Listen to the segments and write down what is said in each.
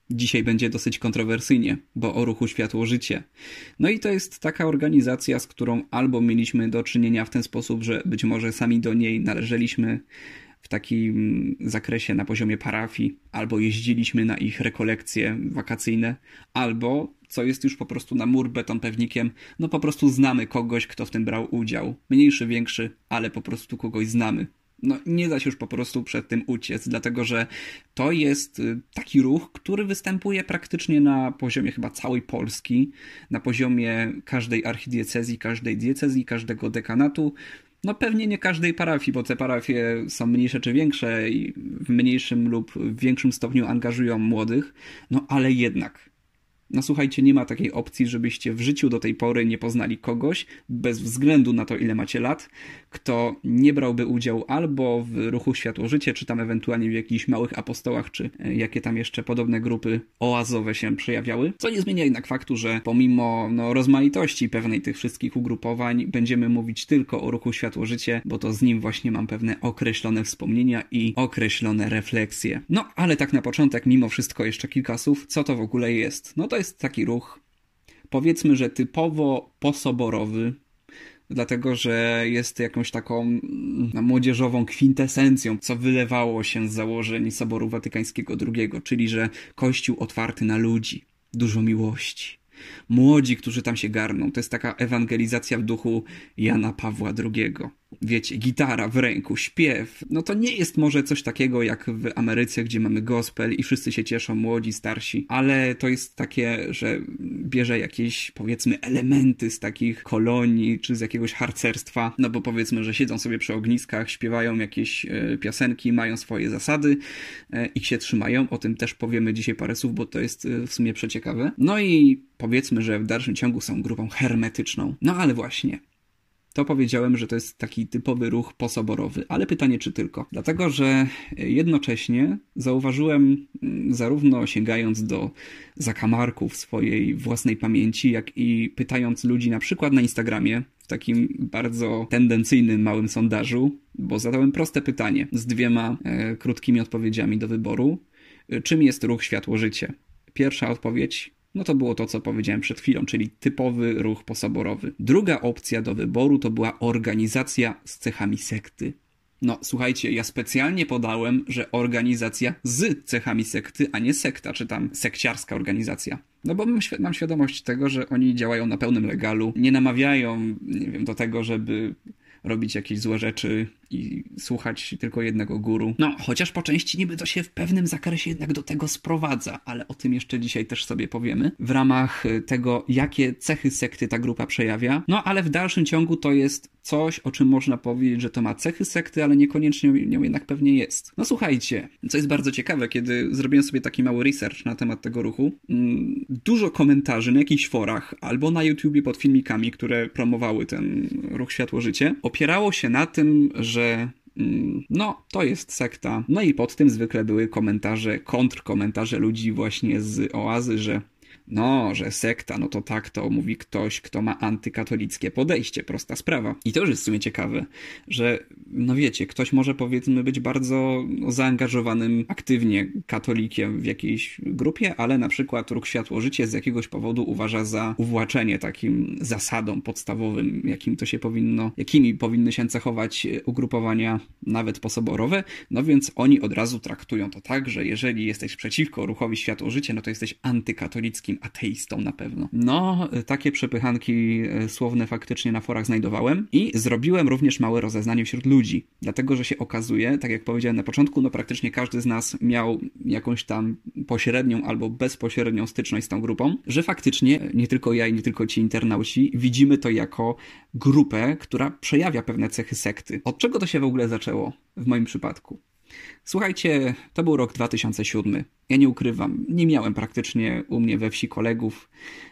Dzisiaj będzie dosyć kontrowersyjnie, bo o ruchu Światło-Życie. No i to jest taka organizacja, z którą albo mieliśmy do czynienia w ten sposób, że być może sami do niej należeliśmy w takim zakresie na poziomie parafii, albo jeździliśmy na ich rekolekcje wakacyjne, albo, co jest już po prostu na mur beton pewnikiem, no po prostu znamy kogoś, kto w tym brał udział. Mniejszy, większy, ale po prostu kogoś znamy. No nie da się już po prostu przed tym uciec, dlatego że to jest taki ruch, który występuje praktycznie na poziomie chyba całej Polski, na poziomie każdej archidiecezji, każdej diecezji, każdego dekanatu. No pewnie nie każdej parafii, bo te parafie są mniejsze czy większe i w mniejszym lub w większym stopniu angażują młodych, no ale jednak. No słuchajcie, nie ma takiej opcji, żebyście w życiu do tej pory nie poznali kogoś, bez względu na to, ile macie lat, kto nie brałby udziału albo w ruchu Światło-Życie, czy tam ewentualnie w jakichś małych apostołach, czy jakie tam jeszcze podobne grupy oazowe się przejawiały. Co nie zmienia jednak faktu, że pomimo rozmaitości pewnej tych wszystkich ugrupowań, będziemy mówić tylko o ruchu Światło-Życie, bo to z nim właśnie mam pewne określone wspomnienia i określone refleksje. No, ale tak na początek, mimo wszystko jeszcze kilka słów, co to w ogóle jest. No to jest taki ruch, powiedzmy, że typowo posoborowy, dlatego że jest jakąś taką młodzieżową kwintesencją, co wylewało się z założeń Soboru Watykańskiego II, czyli że Kościół otwarty na ludzi, dużo miłości. Młodzi, którzy tam się garną. To jest taka ewangelizacja w duchu Jana Pawła II. Wiecie, gitara w ręku, śpiew. No to nie jest może coś takiego jak w Ameryce, gdzie mamy gospel i wszyscy się cieszą, młodzi, starsi, ale to jest takie, że bierze jakieś, powiedzmy, elementy z takich kolonii, czy z jakiegoś harcerstwa, no bo powiedzmy, że siedzą sobie przy ogniskach, śpiewają jakieś piosenki, mają swoje zasady, ich się trzymają. O tym też powiemy dzisiaj parę słów, bo to jest w sumie przeciekawe. No i powiedzmy, że w dalszym ciągu są grupą hermetyczną. No ale właśnie, to powiedziałem, że to jest taki typowy ruch posoborowy, ale pytanie, czy tylko. Dlatego, że jednocześnie zauważyłem, zarówno sięgając do zakamarków swojej własnej pamięci, jak i pytając ludzi na przykład na Instagramie, w takim bardzo tendencyjnym małym sondażu, bo zadałem proste pytanie z 2 krótkimi odpowiedziami do wyboru. Czym jest ruch Światło-Życie? Pierwsza odpowiedź: no to było to, co powiedziałem przed chwilą, czyli typowy ruch posoborowy. Druga opcja do wyboru to była organizacja z cechami sekty. No, słuchajcie, ja specjalnie podałem, że organizacja z cechami sekty, a nie sekta, czy tam sekciarska organizacja. No bo mam świadomość tego, że oni działają na pełnym legalu, nie namawiają, nie wiem, do tego, żeby robić jakieś złe rzeczy i słuchać tylko jednego guru. No, chociaż po części niby to się w pewnym zakresie jednak do tego sprowadza, ale o tym jeszcze dzisiaj też sobie powiemy, w ramach tego, jakie cechy sekty ta grupa przejawia. No, ale w dalszym ciągu to jest coś, o czym można powiedzieć, że to ma cechy sekty, ale niekoniecznie nią jednak pewnie jest. No słuchajcie, co jest bardzo ciekawe, kiedy zrobiłem sobie taki mały research na temat tego ruchu, dużo komentarzy na jakichś forach albo na YouTubie pod filmikami, które promowały ten ruch Światło-Życie, opierało się na tym, że no, to jest sekta. No i pod tym zwykle były komentarze, kontrkomentarze ludzi właśnie z oazy, że że sekta, no to tak, to mówi ktoś, kto ma antykatolickie podejście, prosta sprawa. I to już jest w sumie ciekawe, że, no wiecie, ktoś może powiedzmy być bardzo zaangażowanym aktywnie katolikiem w jakiejś grupie, ale na przykład ruch Światło-Życie z jakiegoś powodu uważa za uwłaczenie takim zasadom podstawowym, jakimi powinny się cechować ugrupowania nawet posoborowe, no więc oni od razu traktują to tak, że jeżeli jesteś przeciwko ruchowi Światło-Życie, no to jesteś antykatolickim ateistą na pewno. No, takie przepychanki słowne faktycznie na forach znajdowałem i zrobiłem również małe rozeznanie wśród ludzi, dlatego, że się okazuje, tak jak powiedziałem na początku, no praktycznie każdy z nas miał jakąś tam pośrednią albo bezpośrednią styczność z tą grupą, że faktycznie nie tylko ja i nie tylko ci internauci widzimy to jako grupę, która przejawia pewne cechy sekty. Od czego to się w ogóle zaczęło w moim przypadku? Słuchajcie, to był rok 2007. Ja nie ukrywam, nie miałem praktycznie u mnie we wsi kolegów.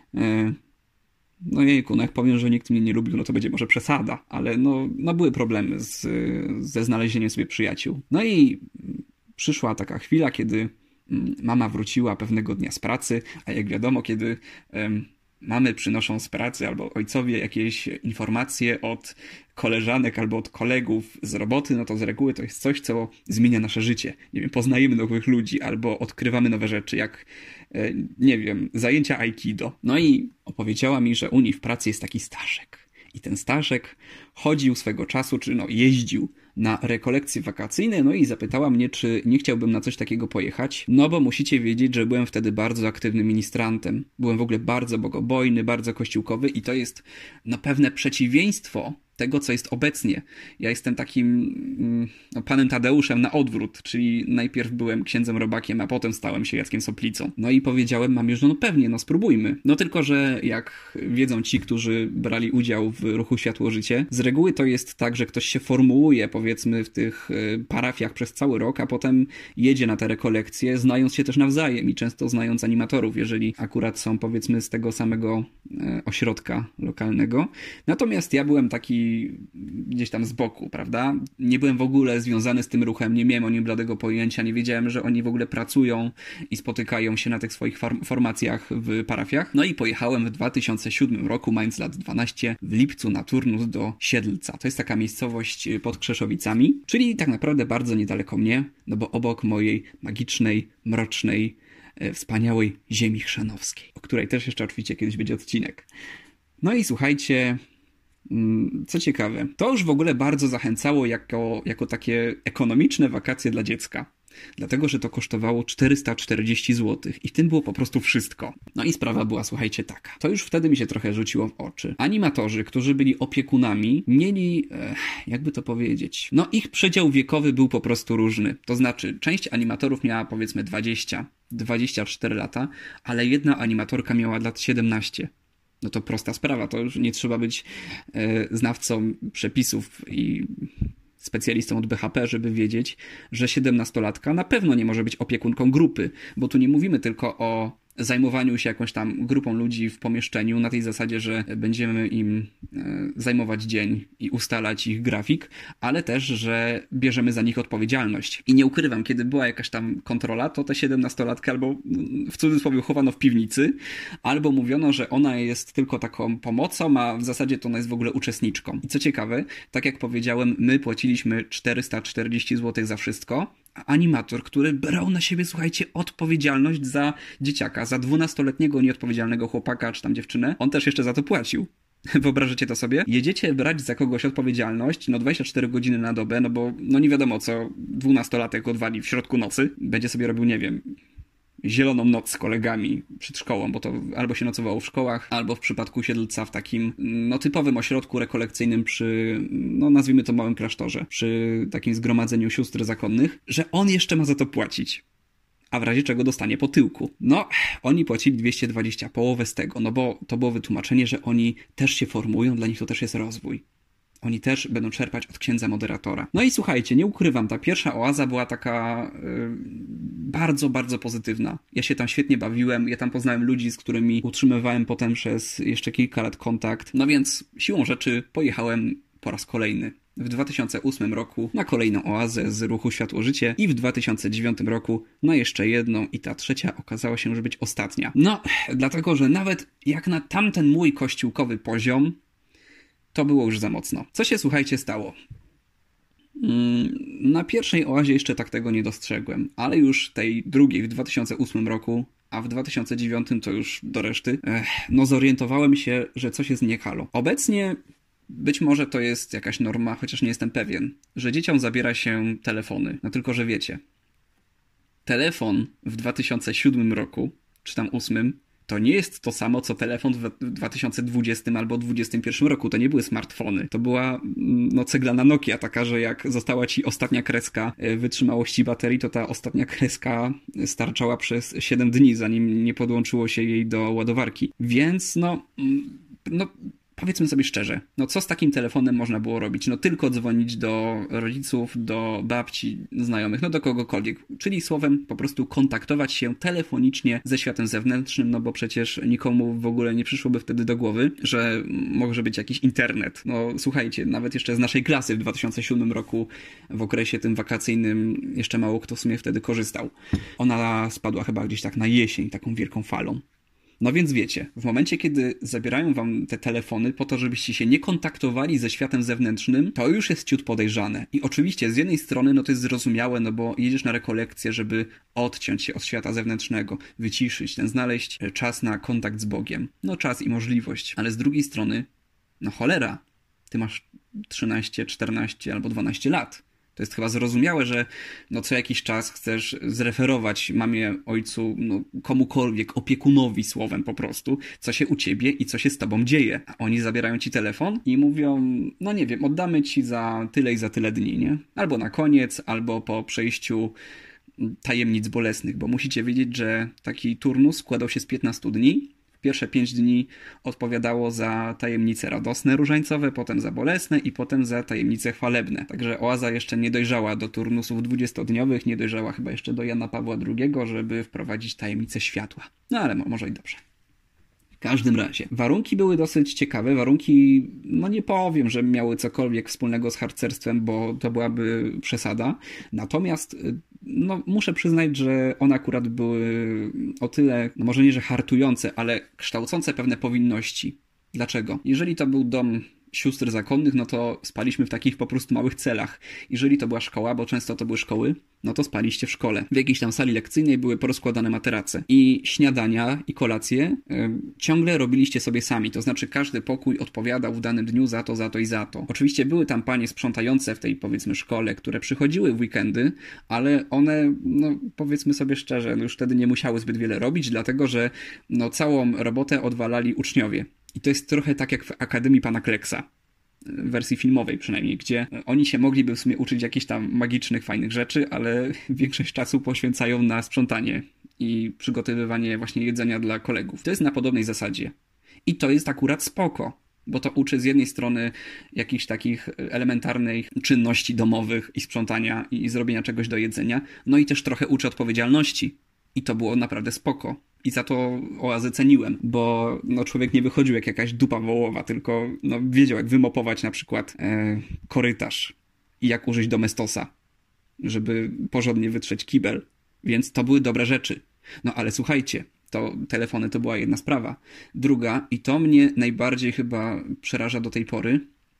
No jejku, no jak powiem, że nikt mnie nie lubił, no to będzie może przesada, ale no były problemy ze znalezieniem sobie przyjaciół. No i przyszła taka chwila, kiedy mama wróciła pewnego dnia z pracy, a jak wiadomo, kiedy mamy przynoszą z pracy albo ojcowie jakieś informacje od koleżanek albo od kolegów z roboty, no to z reguły to jest coś, co zmienia nasze życie. Nie wiem, poznajemy nowych ludzi albo odkrywamy nowe rzeczy, jak, nie wiem, zajęcia aikido. No i opowiedziała mi, że u niej w pracy jest taki Staszek. I ten Staszek chodził swego czasu, czy no jeździł na rekolekcje wakacyjne, no i zapytała mnie, czy nie chciałbym na coś takiego pojechać. No bo musicie wiedzieć, że byłem wtedy bardzo aktywnym ministrantem. Byłem w ogóle bardzo bogobojny, bardzo kościółkowy i to jest no pewne przeciwieństwo tego, co jest obecnie. Ja jestem takim no, panem Tadeuszem na odwrót, czyli najpierw byłem księdzem Robakiem, a potem stałem się Jackiem Soplicą. No i powiedziałem mamie, że no pewnie, no spróbujmy. No tylko, że jak wiedzą ci, którzy brali udział w ruchu Światło-Życie, z reguły to jest tak, że ktoś się formułuje, powiedzmy, w tych parafiach przez cały rok, a potem jedzie na te rekolekcje, znając się też nawzajem i często znając animatorów, jeżeli akurat są, powiedzmy, z tego samego ośrodka lokalnego. Natomiast ja byłem taki gdzieś tam z boku, prawda? Nie byłem w ogóle związany z tym ruchem, nie miałem o nim bladego pojęcia, nie wiedziałem, że oni w ogóle pracują i spotykają się na tych swoich formacjach w parafiach. No i pojechałem w 2007 roku, mając lat 12, w lipcu na turnus do Siedlca. To jest taka miejscowość pod Krzeszowicami, czyli tak naprawdę bardzo niedaleko mnie, no bo obok mojej magicznej, mrocznej, wspaniałej ziemi chrzanowskiej, o której też jeszcze oczywiście kiedyś będzie odcinek. No i słuchajcie, co ciekawe, to już w ogóle bardzo zachęcało jako takie ekonomiczne wakacje dla dziecka. Dlatego, że to kosztowało 440 zł i w tym było po prostu wszystko. No i sprawa była, słuchajcie, taka. To już wtedy mi się trochę rzuciło w oczy. Animatorzy, którzy byli opiekunami, mieli, jakby to powiedzieć, no ich przedział wiekowy był po prostu różny. To znaczy, część animatorów miała powiedzmy 24 lata, ale jedna animatorka miała lat 17. No to prosta sprawa, to już nie trzeba być znawcą przepisów i specjalistą od BHP, żeby wiedzieć, że 17-latka na pewno nie może być opiekunką grupy, bo tu nie mówimy tylko o zajmowaniu się jakąś tam grupą ludzi w pomieszczeniu na tej zasadzie, że będziemy im zajmować dzień i ustalać ich grafik, ale też, że bierzemy za nich odpowiedzialność. I nie ukrywam, kiedy była jakaś tam kontrola, to te 17-latki albo w cudzysłowie chowano w piwnicy, albo mówiono, że ona jest tylko taką pomocą, a w zasadzie to ona jest w ogóle uczestniczką. I co ciekawe, tak jak powiedziałem, my płaciliśmy 440 zł za wszystko, a animator, który brał na siebie, słuchajcie, odpowiedzialność za dzieciaka, za 12-letniego nieodpowiedzialnego chłopaka czy tam dziewczynę, on też jeszcze za to płacił. Wyobrażacie to sobie? Jedziecie brać za kogoś odpowiedzialność, no 24 godziny na dobę, no bo no nie wiadomo co 12-latek odwali w środku nocy, będzie sobie robił, nie wiem, zieloną noc z kolegami przed szkołą, bo to albo się nocowało w szkołach, albo w przypadku Siedlca w takim no typowym ośrodku rekolekcyjnym przy, no nazwijmy to małym klasztorze, przy takim zgromadzeniu sióstr zakonnych, że on jeszcze ma za to płacić. A w razie czego dostanie po tyłku. No, oni płacili 220, połowę z tego, no bo to było wytłumaczenie, że oni też się formują, dla nich to też jest rozwój. Oni też będą czerpać od księdza moderatora. No i słuchajcie, nie ukrywam, ta pierwsza oaza była taka bardzo, bardzo pozytywna. Ja się tam świetnie bawiłem, ja tam poznałem ludzi, z którymi utrzymywałem potem przez jeszcze kilka lat kontakt. No więc siłą rzeczy pojechałem po raz kolejny. W 2008 roku na kolejną oazę z ruchu Światło-Życie i w 2009 roku na jeszcze jedną i ta trzecia okazała się już być ostatnia. No, dlatego, że nawet jak na tamten mój kościółkowy poziom, to było już za mocno. Co się, słuchajcie, stało? Na pierwszej oazie jeszcze tak tego nie dostrzegłem, ale już tej drugiej w 2008 roku, a w 2009 to już do reszty, no zorientowałem się, że coś jest nie halo. Obecnie być może to jest jakaś norma, chociaż nie jestem pewien, że dzieciom zabiera się telefony. No tylko, że wiecie, telefon w 2007 roku, czy tam 2008, to nie jest to samo, co telefon w 2020 albo 2021 roku. To nie były smartfony. To była no, ceglana Nokia, taka, że jak została ci ostatnia kreska wytrzymałości baterii, to ta ostatnia kreska starczała przez 7 dni, zanim nie podłączyło się jej do ładowarki. Więc no powiedzmy sobie szczerze, no co z takim telefonem można było robić? No tylko dzwonić do rodziców, do babci, znajomych, no do kogokolwiek. Czyli słowem po prostu kontaktować się telefonicznie ze światem zewnętrznym, no bo przecież nikomu w ogóle nie przyszłoby wtedy do głowy, że może być jakiś internet. No słuchajcie, nawet jeszcze z naszej klasy w 2007 roku w okresie tym wakacyjnym jeszcze mało kto w sumie wtedy korzystał. Ona spadła chyba gdzieś tak na jesień, taką wielką falą. No więc wiecie, w momencie, kiedy zabierają wam te telefony po to, żebyście się nie kontaktowali ze światem zewnętrznym, to już jest ciut podejrzane. I oczywiście z jednej strony no to jest zrozumiałe, no bo jedziesz na rekolekcję, żeby odciąć się od świata zewnętrznego, wyciszyć, znaleźć czas na kontakt z Bogiem. No czas i możliwość. Ale z drugiej strony, no cholera, ty masz 13, 14 albo 12 lat. To jest chyba zrozumiałe, że no co jakiś czas chcesz zreferować mamie, ojcu, no komukolwiek, opiekunowi słowem po prostu, co się u ciebie i co się z tobą dzieje. A oni zabierają ci telefon i mówią, no nie wiem, oddamy ci za tyle i za tyle dni, nie? Albo na koniec, albo po przejściu tajemnic bolesnych, bo musicie wiedzieć, że taki turnus składał się z 15 dni. Pierwsze 5 dni odpowiadało za tajemnice radosne, różańcowe, potem za bolesne i potem za tajemnice chwalebne. Także oaza jeszcze nie dojrzała do turnusów 20-dniowych, nie dojrzała chyba jeszcze do Jana Pawła II, żeby wprowadzić tajemnicę światła. No ale może i dobrze. W każdym razie, warunki były dosyć ciekawe. Warunki, no nie powiem, że miały cokolwiek wspólnego z harcerstwem, bo to byłaby przesada. Natomiast no, muszę przyznać, że one akurat były o tyle, no może nie, że hartujące, ale kształcące pewne powinności. Dlaczego? Jeżeli to był dom sióstr zakonnych, no to spaliśmy w takich po prostu małych celach. Jeżeli to była szkoła, bo często to były szkoły, no to spaliście w szkole. W jakiejś tam sali lekcyjnej były porozkładane materace. I śniadania i kolacje ciągle robiliście sobie sami. To znaczy każdy pokój odpowiadał w danym dniu za to, za to i za to. Oczywiście były tam panie sprzątające w tej, powiedzmy, szkole, które przychodziły w weekendy, ale one, no powiedzmy sobie szczerze, no już wtedy nie musiały zbyt wiele robić, dlatego że no całą robotę odwalali uczniowie. I to jest trochę tak jak w Akademii Pana Kleksa, w wersji filmowej przynajmniej, gdzie oni się mogliby w sumie uczyć jakichś tam magicznych, fajnych rzeczy, ale większość czasu poświęcają na sprzątanie i przygotowywanie właśnie jedzenia dla kolegów. To jest na podobnej zasadzie. I to jest akurat spoko, bo to uczy z jednej strony jakichś takich elementarnych czynności domowych i sprzątania i zrobienia czegoś do jedzenia, no i też trochę uczy odpowiedzialności. I to było naprawdę spoko. I za to oazę ceniłem, bo no, człowiek nie wychodził jak jakaś dupa wołowa, tylko no, wiedział jak wymopować na przykład korytarz i jak użyć domestosa, żeby porządnie wytrzeć kibel. Więc to były dobre rzeczy. No ale słuchajcie, to telefony to była jedna sprawa. Druga, i to mnie najbardziej chyba przeraża do tej pory,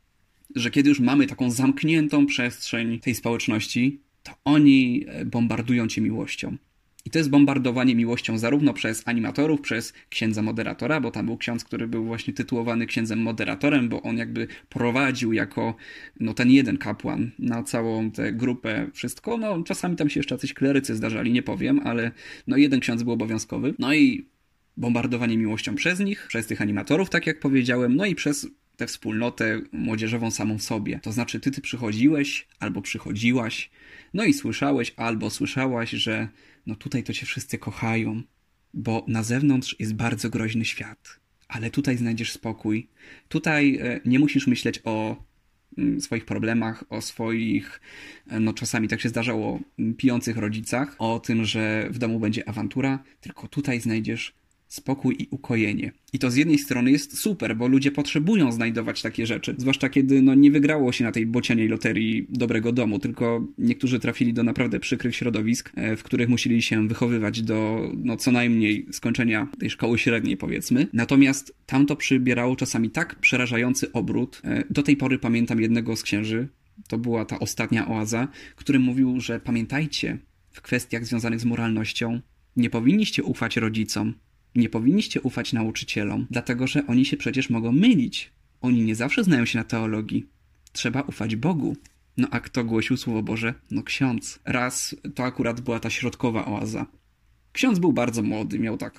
że kiedy już mamy taką zamkniętą przestrzeń tej społeczności, to oni bombardują cię miłością. I to jest bombardowanie miłością zarówno przez animatorów, przez księdza moderatora, bo tam był ksiądz, który był właśnie tytułowany księdzem moderatorem, bo on jakby prowadził jako no, ten jeden kapłan na całą tę grupę wszystko. No czasami tam się jeszcze jacyś klerycy zdarzali, nie powiem, ale no jeden ksiądz był obowiązkowy. No i bombardowanie miłością przez nich, przez tych animatorów, tak jak powiedziałem, no i przez tę wspólnotę młodzieżową samą w sobie. To znaczy ty przychodziłeś albo przychodziłaś, no i słyszałeś albo słyszałaś, że no tutaj to cię wszyscy kochają, bo na zewnątrz jest bardzo groźny świat, ale tutaj znajdziesz spokój. Tutaj nie musisz myśleć o swoich problemach, o swoich, no czasami tak się zdarzało, pijących rodzicach, o tym, że w domu będzie awantura, tylko tutaj znajdziesz spokój i ukojenie. I to z jednej strony jest super, bo ludzie potrzebują znajdować takie rzeczy. Zwłaszcza kiedy no, nie wygrało się na tej bocianiej loterii dobrego domu, tylko niektórzy trafili do naprawdę przykrych środowisk, w których musieli się wychowywać do no, co najmniej skończenia tej szkoły średniej, powiedzmy. Natomiast tam to przybierało czasami tak przerażający obrót. Do tej pory pamiętam jednego z księży, to była ta ostatnia oaza, który mówił, że pamiętajcie, w kwestiach związanych z moralnością nie powinniście ufać rodzicom, nie powinniście ufać nauczycielom, dlatego że oni się przecież mogą mylić. Oni nie zawsze znają się na teologii. Trzeba ufać Bogu. No a kto głosił Słowo Boże? No ksiądz. Raz to akurat była ta środkowa oaza. Ksiądz był bardzo młody, miał tak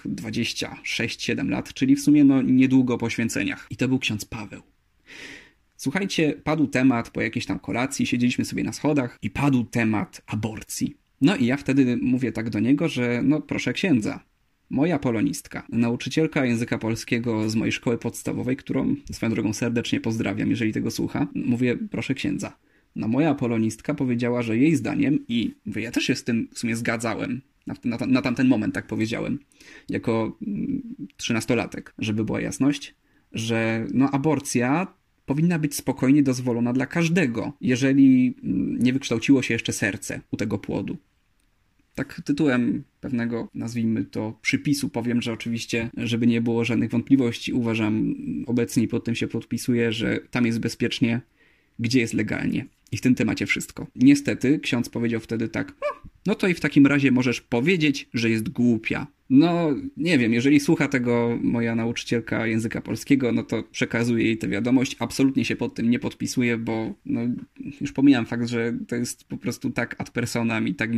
26-7 lat, czyli w sumie no niedługo po święceniach. I to był ksiądz Paweł. Słuchajcie, padł temat po jakiejś tam kolacji, siedzieliśmy sobie na schodach i padł temat aborcji. No i ja wtedy mówię tak do niego, że no proszę księdza. Moja polonistka, nauczycielka języka polskiego z mojej szkoły podstawowej, którą swoją drogą serdecznie pozdrawiam, jeżeli tego słucha, mówię, proszę księdza. No moja polonistka powiedziała, że jej zdaniem, i ja też się z tym w sumie zgadzałem, na tamten moment tak powiedziałem, jako 13-latek, żeby była jasność, że no aborcja powinna być spokojnie dozwolona dla każdego, jeżeli nie wykształciło się jeszcze serce u tego płodu. Tak tytułem pewnego, nazwijmy to, przypisu powiem, że oczywiście, żeby nie było żadnych wątpliwości, uważam, obecnie pod tym się podpisuję, że tam jest bezpiecznie, gdzie jest legalnie. I w tym temacie wszystko. Niestety ksiądz powiedział wtedy tak, no to i w takim razie możesz powiedzieć, że jest głupia. No, nie wiem, jeżeli słucha tego moja nauczycielka języka polskiego, no to przekazuję jej tę wiadomość. Absolutnie się pod tym nie podpisuję, bo no, już pomijam fakt, że to jest po prostu tak ad personam i tak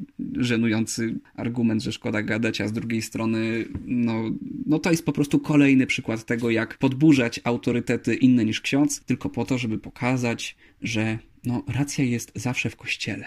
żenujący argument, że szkoda gadać, a z drugiej strony no to jest po prostu kolejny przykład tego, jak podburzać autorytety inne niż ksiądz, tylko po to, żeby pokazać, że no, racja jest zawsze w kościele.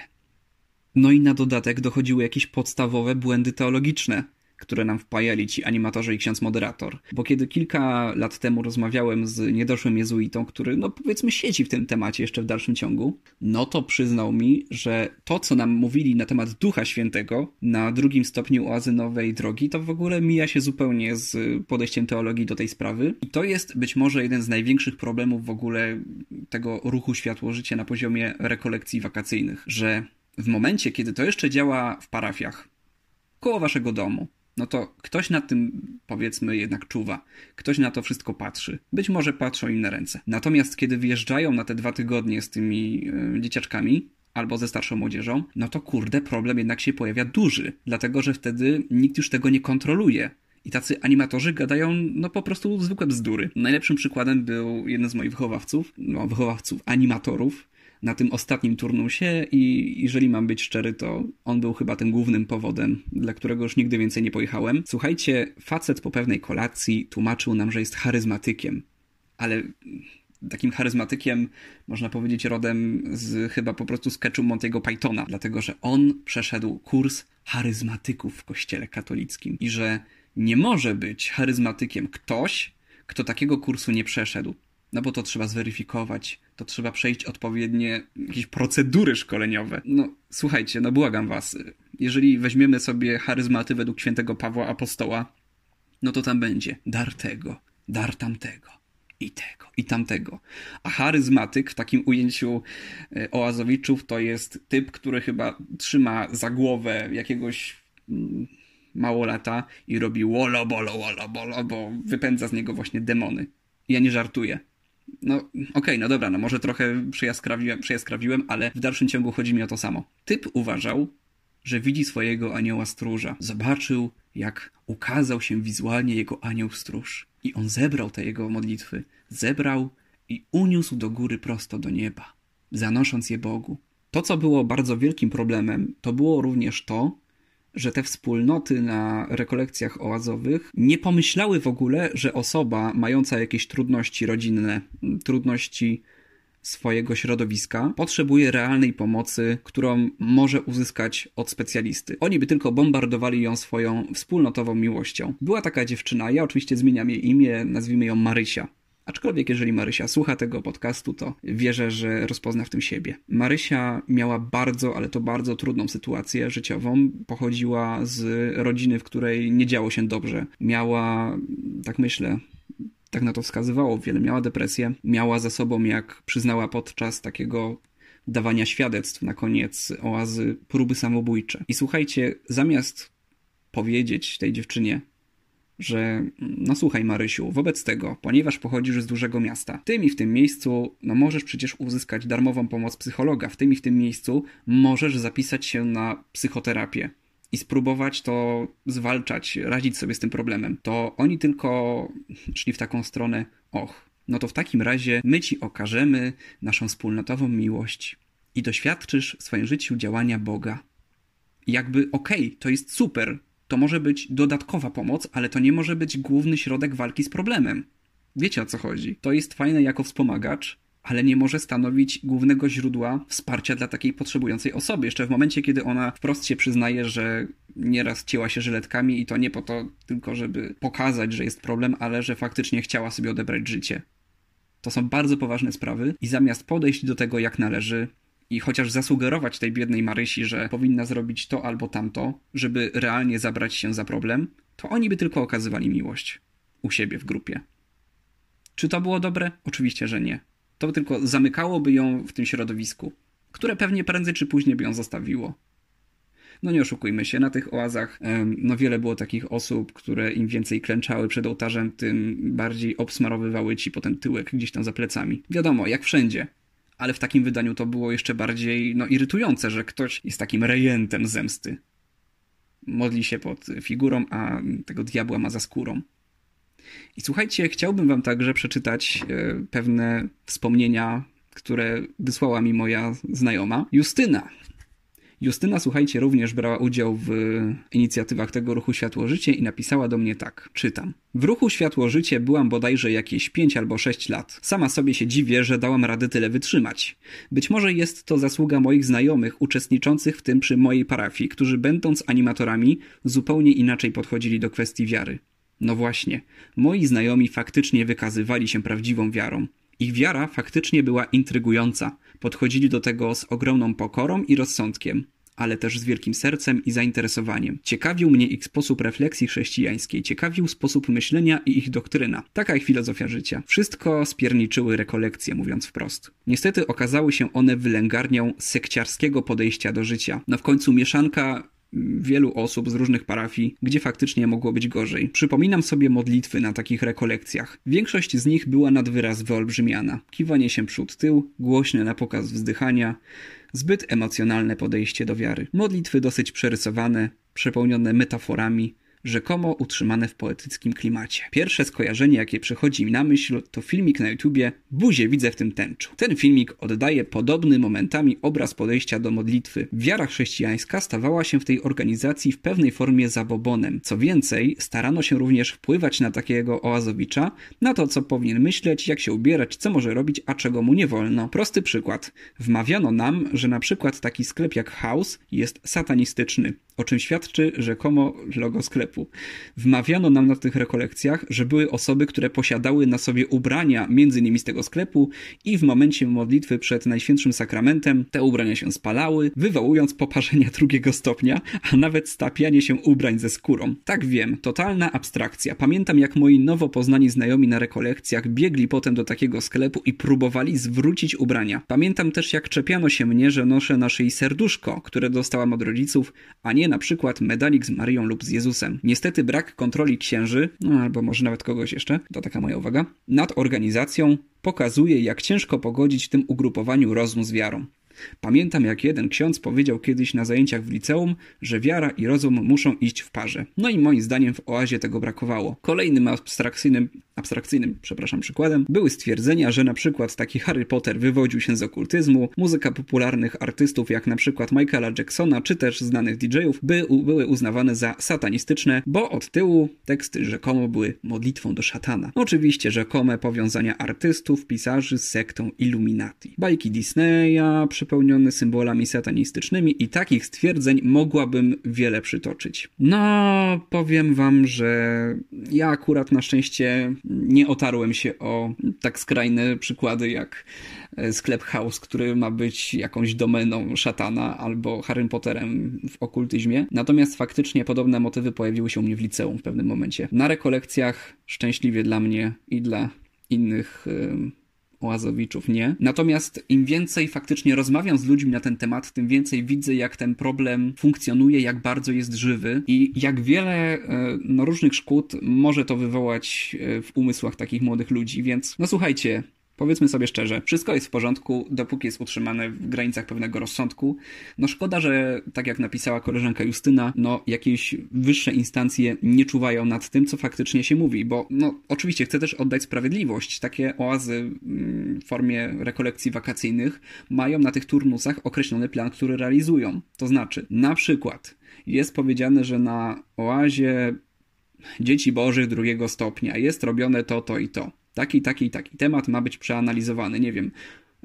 No i na dodatek dochodziły jakieś podstawowe błędy teologiczne, które nam wpajali ci animatorzy i ksiądz moderator. Bo kiedy kilka lat temu rozmawiałem z niedoszłym jezuitą, który, no powiedzmy, siedzi w tym temacie jeszcze w dalszym ciągu, no to przyznał mi, że to, co nam mówili na temat Ducha Świętego na 2. stopniu oazy Nowej Drogi, to w ogóle mija się zupełnie z podejściem teologii do tej sprawy. I to jest być może jeden z największych problemów w ogóle tego ruchu Światło-Życie na poziomie rekolekcji wakacyjnych, że w momencie, kiedy to jeszcze działa w parafiach, koło waszego domu, no to ktoś nad tym, powiedzmy, jednak czuwa. Ktoś na to wszystko patrzy. Być może patrzą im na ręce. Natomiast kiedy wyjeżdżają na te 2 tygodnie z tymi dzieciaczkami albo ze starszą młodzieżą, no to kurde, problem jednak się pojawia duży. Dlatego, że wtedy nikt już tego nie kontroluje. I tacy animatorzy gadają, no po prostu zwykłe bzdury. Najlepszym przykładem był jeden z moich wychowawców, animatorów, na tym ostatnim turnusie i jeżeli mam być szczery, to on był chyba tym głównym powodem, dla którego już nigdy więcej nie pojechałem. Słuchajcie, facet po pewnej kolacji tłumaczył nam, że jest charyzmatykiem, ale takim charyzmatykiem, można powiedzieć, rodem z chyba po prostu sketchu Monty'ego Pythona, dlatego że on przeszedł kurs charyzmatyków w kościele katolickim i że nie może być charyzmatykiem ktoś, kto takiego kursu nie przeszedł. No bo to trzeba zweryfikować, to trzeba przejść odpowiednie jakieś procedury szkoleniowe. No słuchajcie, no błagam was, jeżeli weźmiemy sobie charyzmaty według świętego Pawła Apostoła, no to tam będzie dar tego, dar tamtego i tego i tamtego. A charyzmatyk w takim ujęciu oazowiczów to jest typ, który chyba trzyma za głowę jakiegoś małolata i robi wolo bolo, bo wypędza z niego właśnie demony. Ja nie żartuję. No okej, no dobra, no może trochę przejaskrawiłem, ale w dalszym ciągu chodzi mi o to samo. Typ uważał, że widzi swojego anioła stróża. Zobaczył, jak ukazał się wizualnie jego anioł stróż. I on zebrał te jego modlitwy. Zebrał i uniósł do góry prosto do nieba, zanosząc je Bogu. To, co było bardzo wielkim problemem, to było również to, że te wspólnoty na rekolekcjach oazowych nie pomyślały w ogóle, że osoba mająca jakieś trudności rodzinne, trudności swojego środowiska, potrzebuje realnej pomocy, którą może uzyskać od specjalisty. Oni by tylko bombardowali ją swoją wspólnotową miłością. Była taka dziewczyna, ja oczywiście zmieniam jej imię, nazwijmy ją Marysia. Aczkolwiek jeżeli Marysia słucha tego podcastu, to wierzę, że rozpozna w tym siebie. Marysia miała bardzo, ale to bardzo trudną sytuację życiową. Pochodziła z rodziny, w której nie działo się dobrze. Miała, tak myślę, tak na to wskazywało wiele, miała depresję. Miała za sobą, jak przyznała podczas takiego dawania świadectw na koniec oazy, próby samobójcze. I słuchajcie, zamiast powiedzieć tej dziewczynie, że no słuchaj Marysiu, wobec tego, ponieważ pochodzisz z dużego miasta, w tym i w tym miejscu no możesz przecież uzyskać darmową pomoc psychologa, w tym i w tym miejscu możesz zapisać się na psychoterapię i spróbować to zwalczać, radzić sobie z tym problemem. To oni tylko szli w taką stronę, no to w takim razie my ci okażemy naszą wspólnotową miłość i doświadczysz w swoim życiu działania Boga. I jakby to jest super, to może być dodatkowa pomoc, ale to nie może być główny środek walki z problemem. Wiecie, o co chodzi. To jest fajne jako wspomagacz, ale nie może stanowić głównego źródła wsparcia dla takiej potrzebującej osoby. Jeszcze w momencie, kiedy ona wprost się przyznaje, że nieraz cięła się żyletkami i to nie po to tylko, żeby pokazać, że jest problem, ale że faktycznie chciała sobie odebrać życie. To są bardzo poważne sprawy i zamiast podejść do tego jak należy i chociaż zasugerować tej biednej Marysi, że powinna zrobić to albo tamto, żeby realnie zabrać się za problem, to oni by tylko okazywali miłość u siebie w grupie. Czy to było dobre? Oczywiście, że nie. To tylko zamykałoby ją w tym środowisku, które pewnie prędzej czy później by ją zostawiło. No nie oszukujmy się, na tych oazach no wiele było takich osób, które im więcej klęczały przed ołtarzem, tym bardziej obsmarowywały ci potem tyłek gdzieś tam za plecami. Wiadomo, jak wszędzie. Ale w takim wydaniu to było jeszcze bardziej irytujące, że ktoś jest takim rejentem zemsty. Modli się pod figurą, a tego diabła ma za skórą. I słuchajcie, chciałbym wam także przeczytać pewne wspomnienia, które wysłała mi moja znajoma Justyna. Justyna, słuchajcie, również brała udział w inicjatywach tego ruchu Światło-Życie i napisała do mnie tak, czytam. W ruchu Światło-Życie byłam bodajże jakieś 5 albo 6 lat. Sama sobie się dziwię, że dałam radę tyle wytrzymać. Być może jest to zasługa moich znajomych uczestniczących w tym przy mojej parafii, którzy będąc animatorami zupełnie inaczej podchodzili do kwestii wiary. No właśnie, moi znajomi faktycznie wykazywali się prawdziwą wiarą. Ich wiara faktycznie była intrygująca. Podchodzili do tego z ogromną pokorą i rozsądkiem, ale też z wielkim sercem i zainteresowaniem. Ciekawił mnie ich sposób refleksji chrześcijańskiej, ciekawił sposób myślenia i ich doktryna. Taka ich filozofia życia. Wszystko spierniczyły rekolekcje, mówiąc wprost. Niestety okazały się one wylęgarnią sekciarskiego podejścia do życia. No w końcu mieszanka wielu osób z różnych parafii, gdzie faktycznie mogło być gorzej. Przypominam sobie modlitwy na takich rekolekcjach. Większość z nich była nad wyraz wyolbrzymiana. Kiwanie się przód-tył, głośne na pokaz wzdychania, zbyt emocjonalne podejście do wiary. Modlitwy dosyć przerysowane, przepełnione metaforami, rzekomo utrzymane w poetyckim klimacie. Pierwsze skojarzenie, jakie przychodzi mi na myśl, to filmik na YouTubie Buzię widzę w tym tęczu. Ten filmik oddaje podobny momentami obraz podejścia do modlitwy. Wiara chrześcijańska stawała się w tej organizacji w pewnej formie zabobonem. Co więcej, starano się również wpływać na takiego oazowicza, na to, co powinien myśleć, jak się ubierać, co może robić, a czego mu nie wolno. Prosty przykład. Wmawiano nam, że na przykład taki sklep jak House jest satanistyczny, o czym świadczy rzekomo logo sklepu. Wmawiano nam na tych rekolekcjach, że były osoby, które posiadały na sobie ubrania między innymi z tego sklepu i w momencie modlitwy przed Najświętszym Sakramentem te ubrania się spalały, wywołując poparzenia 2. stopnia, a nawet stapianie się ubrań ze skórą. Tak wiem, totalna abstrakcja. Pamiętam, jak moi nowo poznani znajomi na rekolekcjach biegli potem do takiego sklepu i próbowali zwrócić ubrania. Pamiętam też, jak czepiano się mnie, że noszę na szyi serduszko, które dostałam od rodziców, a nie na przykład medalik z Maryją lub z Jezusem. Niestety brak kontroli księży, albo może nawet kogoś jeszcze, to taka moja uwaga, nad organizacją pokazuje, jak ciężko pogodzić w tym ugrupowaniu rozum z wiarą. Pamiętam, jak jeden ksiądz powiedział kiedyś na zajęciach w liceum, że wiara i rozum muszą iść w parze. No i moim zdaniem w oazie tego brakowało. Kolejnym abstrakcyjnym przykładem były stwierdzenia, że na przykład taki Harry Potter wywodził się z okultyzmu, muzyka popularnych artystów jak na przykład Michaela Jacksona czy też znanych DJ-ów były uznawane za satanistyczne, bo od tyłu teksty rzekomo były modlitwą do szatana. Oczywiście rzekome powiązania artystów, pisarzy z sektą Illuminati. Bajki Disneya przepełnione symbolami satanistycznymi i takich stwierdzeń mogłabym wiele przytoczyć. No, powiem wam, że ja akurat na szczęście nie otarłem się o tak skrajne przykłady jak sklep House, który ma być jakąś domeną szatana albo Harrym Potterem w okultyzmie. Natomiast faktycznie podobne motywy pojawiły się u mnie w liceum w pewnym momencie. Na rekolekcjach szczęśliwie dla mnie i dla innych oazowiczów nie. Natomiast im więcej faktycznie rozmawiam z ludźmi na ten temat, tym więcej widzę, jak ten problem funkcjonuje, jak bardzo jest żywy i jak wiele różnych szkód może to wywołać w umysłach takich młodych ludzi. Więc no słuchajcie, powiedzmy sobie szczerze, wszystko jest w porządku, dopóki jest utrzymane w granicach pewnego rozsądku. No szkoda, że tak jak napisała koleżanka Justyna, no jakieś wyższe instancje nie czuwają nad tym, co faktycznie się mówi, bo no oczywiście chcę też oddać sprawiedliwość. Takie oazy w formie rekolekcji wakacyjnych mają na tych turnusach określony plan, który realizują. To znaczy, na przykład jest powiedziane, że na oazie Dzieci Bożych 2. stopnia jest robione to i to. Taki temat ma być przeanalizowany. Nie wiem,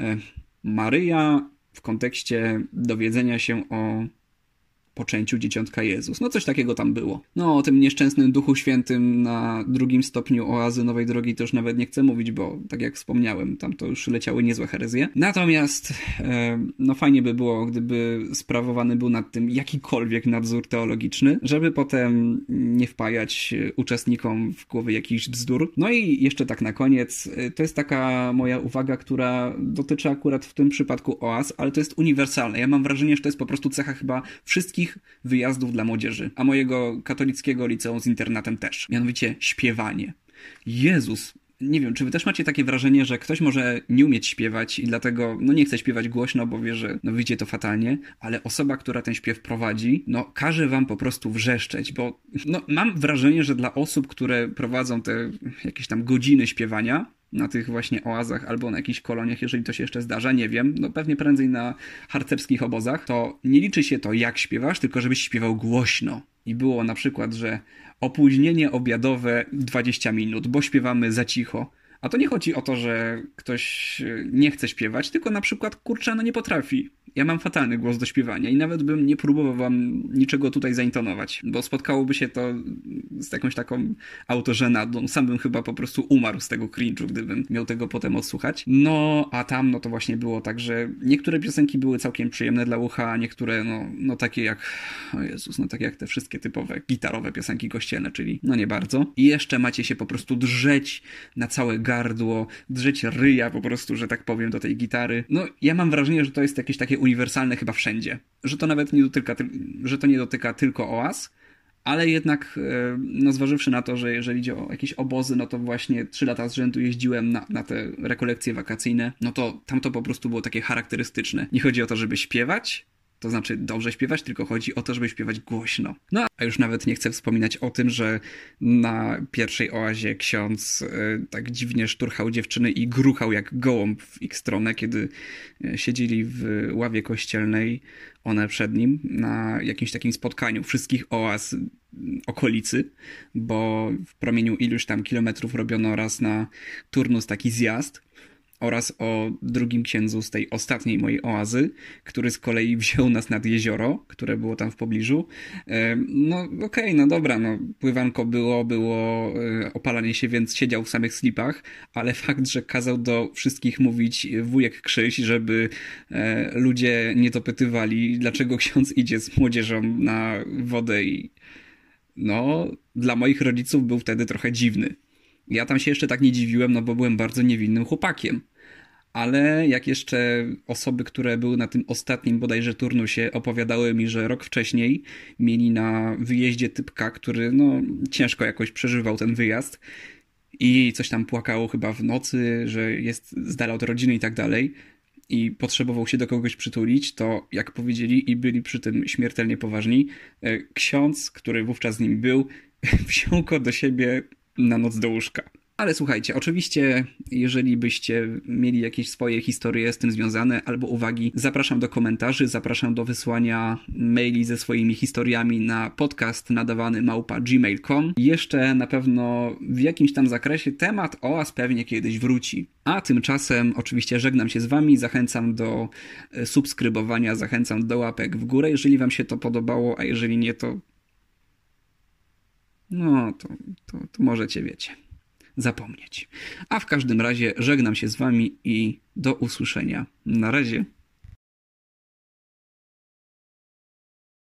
Maryja w kontekście dowiedzenia się o poczęciu dzieciątka Jezus. No coś takiego tam było. No o tym nieszczęsnym Duchu Świętym na 2. stopniu oazy Nowej Drogi to już nawet nie chcę mówić, bo tak jak wspomniałem, tam to już leciały niezłe herezje. Natomiast no fajnie by było, gdyby sprawowany był nad tym jakikolwiek nadzór teologiczny, żeby potem nie wpajać uczestnikom w głowy jakichś bzdur. No i jeszcze tak na koniec, to jest taka moja uwaga, która dotyczy akurat w tym przypadku oaz, ale to jest uniwersalne. Ja mam wrażenie, że to jest po prostu cecha chyba wszystkich wszystkich wyjazdów dla młodzieży, a mojego katolickiego liceum z internatem też. Mianowicie śpiewanie. Jezus, nie wiem, czy wy też macie takie wrażenie, że ktoś może nie umieć śpiewać i dlatego nie chce śpiewać głośno, bo wie, że wyjdzie to fatalnie, ale osoba, która ten śpiew prowadzi, każe wam po prostu wrzeszczeć, bo mam wrażenie, że dla osób, które prowadzą te jakieś tam godziny śpiewania na tych właśnie oazach albo na jakichś koloniach, jeżeli to się jeszcze zdarza, nie wiem, pewnie prędzej na harcerskich obozach, to nie liczy się to, jak śpiewasz, tylko żebyś śpiewał głośno. I było na przykład, że opóźnienie obiadowe 20 minut, bo śpiewamy za cicho. A to nie chodzi o to, że ktoś nie chce śpiewać, tylko na przykład, nie potrafi. Ja mam fatalny głos do śpiewania i nawet bym nie próbował wam niczego tutaj zaintonować, bo spotkałoby się to z jakąś taką autożenadą. Sam bym chyba po prostu umarł z tego cringe'u, gdybym miał tego potem odsłuchać. A tam to właśnie było tak, że niektóre piosenki były całkiem przyjemne dla ucha, a niektóre takie jak, o Jezus, takie jak te wszystkie typowe gitarowe piosenki kościelne, czyli nie bardzo. I jeszcze macie się po prostu drzeć na całe gardło, drzeć ryja po prostu, że tak powiem, do tej gitary. Ja mam wrażenie, że to jest jakieś takie uniwersalne chyba wszędzie. Że to nawet nie dotyka tylko oaz, ale jednak zważywszy na to, że jeżeli idzie o jakieś obozy, to właśnie 3 lata z rzędu jeździłem na te rekolekcje wakacyjne, to tam to po prostu było takie charakterystyczne. Nie chodzi o to, żeby śpiewać, to znaczy dobrze śpiewać, tylko chodzi o to, żeby śpiewać głośno. A już nawet nie chcę wspominać o tym, że na pierwszej oazie ksiądz tak dziwnie szturchał dziewczyny i gruchał jak gołąb w ich stronę, kiedy siedzieli w ławie kościelnej, one przed nim, na jakimś takim spotkaniu wszystkich oaz okolicy, bo w promieniu iluś tam kilometrów robiono raz na turnus taki zjazd, oraz o drugim księdzu z tej ostatniej mojej oazy, który z kolei wziął nas nad jezioro, które było tam w pobliżu. Dobra, pływanko było opalanie się, więc siedział w samych slipach, ale fakt, że kazał do wszystkich mówić wujek Krzyś, żeby ludzie nie dopytywali, dlaczego ksiądz idzie z młodzieżą na wodę i dla moich rodziców był wtedy trochę dziwny. Ja tam się jeszcze tak nie dziwiłem, bo byłem bardzo niewinnym chłopakiem. Ale jak jeszcze osoby, które były na tym ostatnim bodajże turnusie, opowiadały mi, że rok wcześniej mieli na wyjeździe typka, który ciężko jakoś przeżywał ten wyjazd i coś tam płakało chyba w nocy, że jest z dala od rodziny i tak dalej i potrzebował się do kogoś przytulić, to jak powiedzieli i byli przy tym śmiertelnie poważni, ksiądz, który wówczas z nim był, wziął go do siebie na noc do łóżka. Ale słuchajcie, oczywiście, jeżeli byście mieli jakieś swoje historie z tym związane albo uwagi, zapraszam do komentarzy, zapraszam do wysłania maili ze swoimi historiami na podcast nadawany @gmail.com. Jeszcze na pewno w jakimś tam zakresie temat oaz pewnie kiedyś wróci. A tymczasem oczywiście żegnam się z wami, zachęcam do subskrybowania, zachęcam do łapek w górę, jeżeli wam się to podobało, a jeżeli nie, to to możecie, wiecie, zapomnieć. A w każdym razie żegnam się z wami i do usłyszenia. Na razie.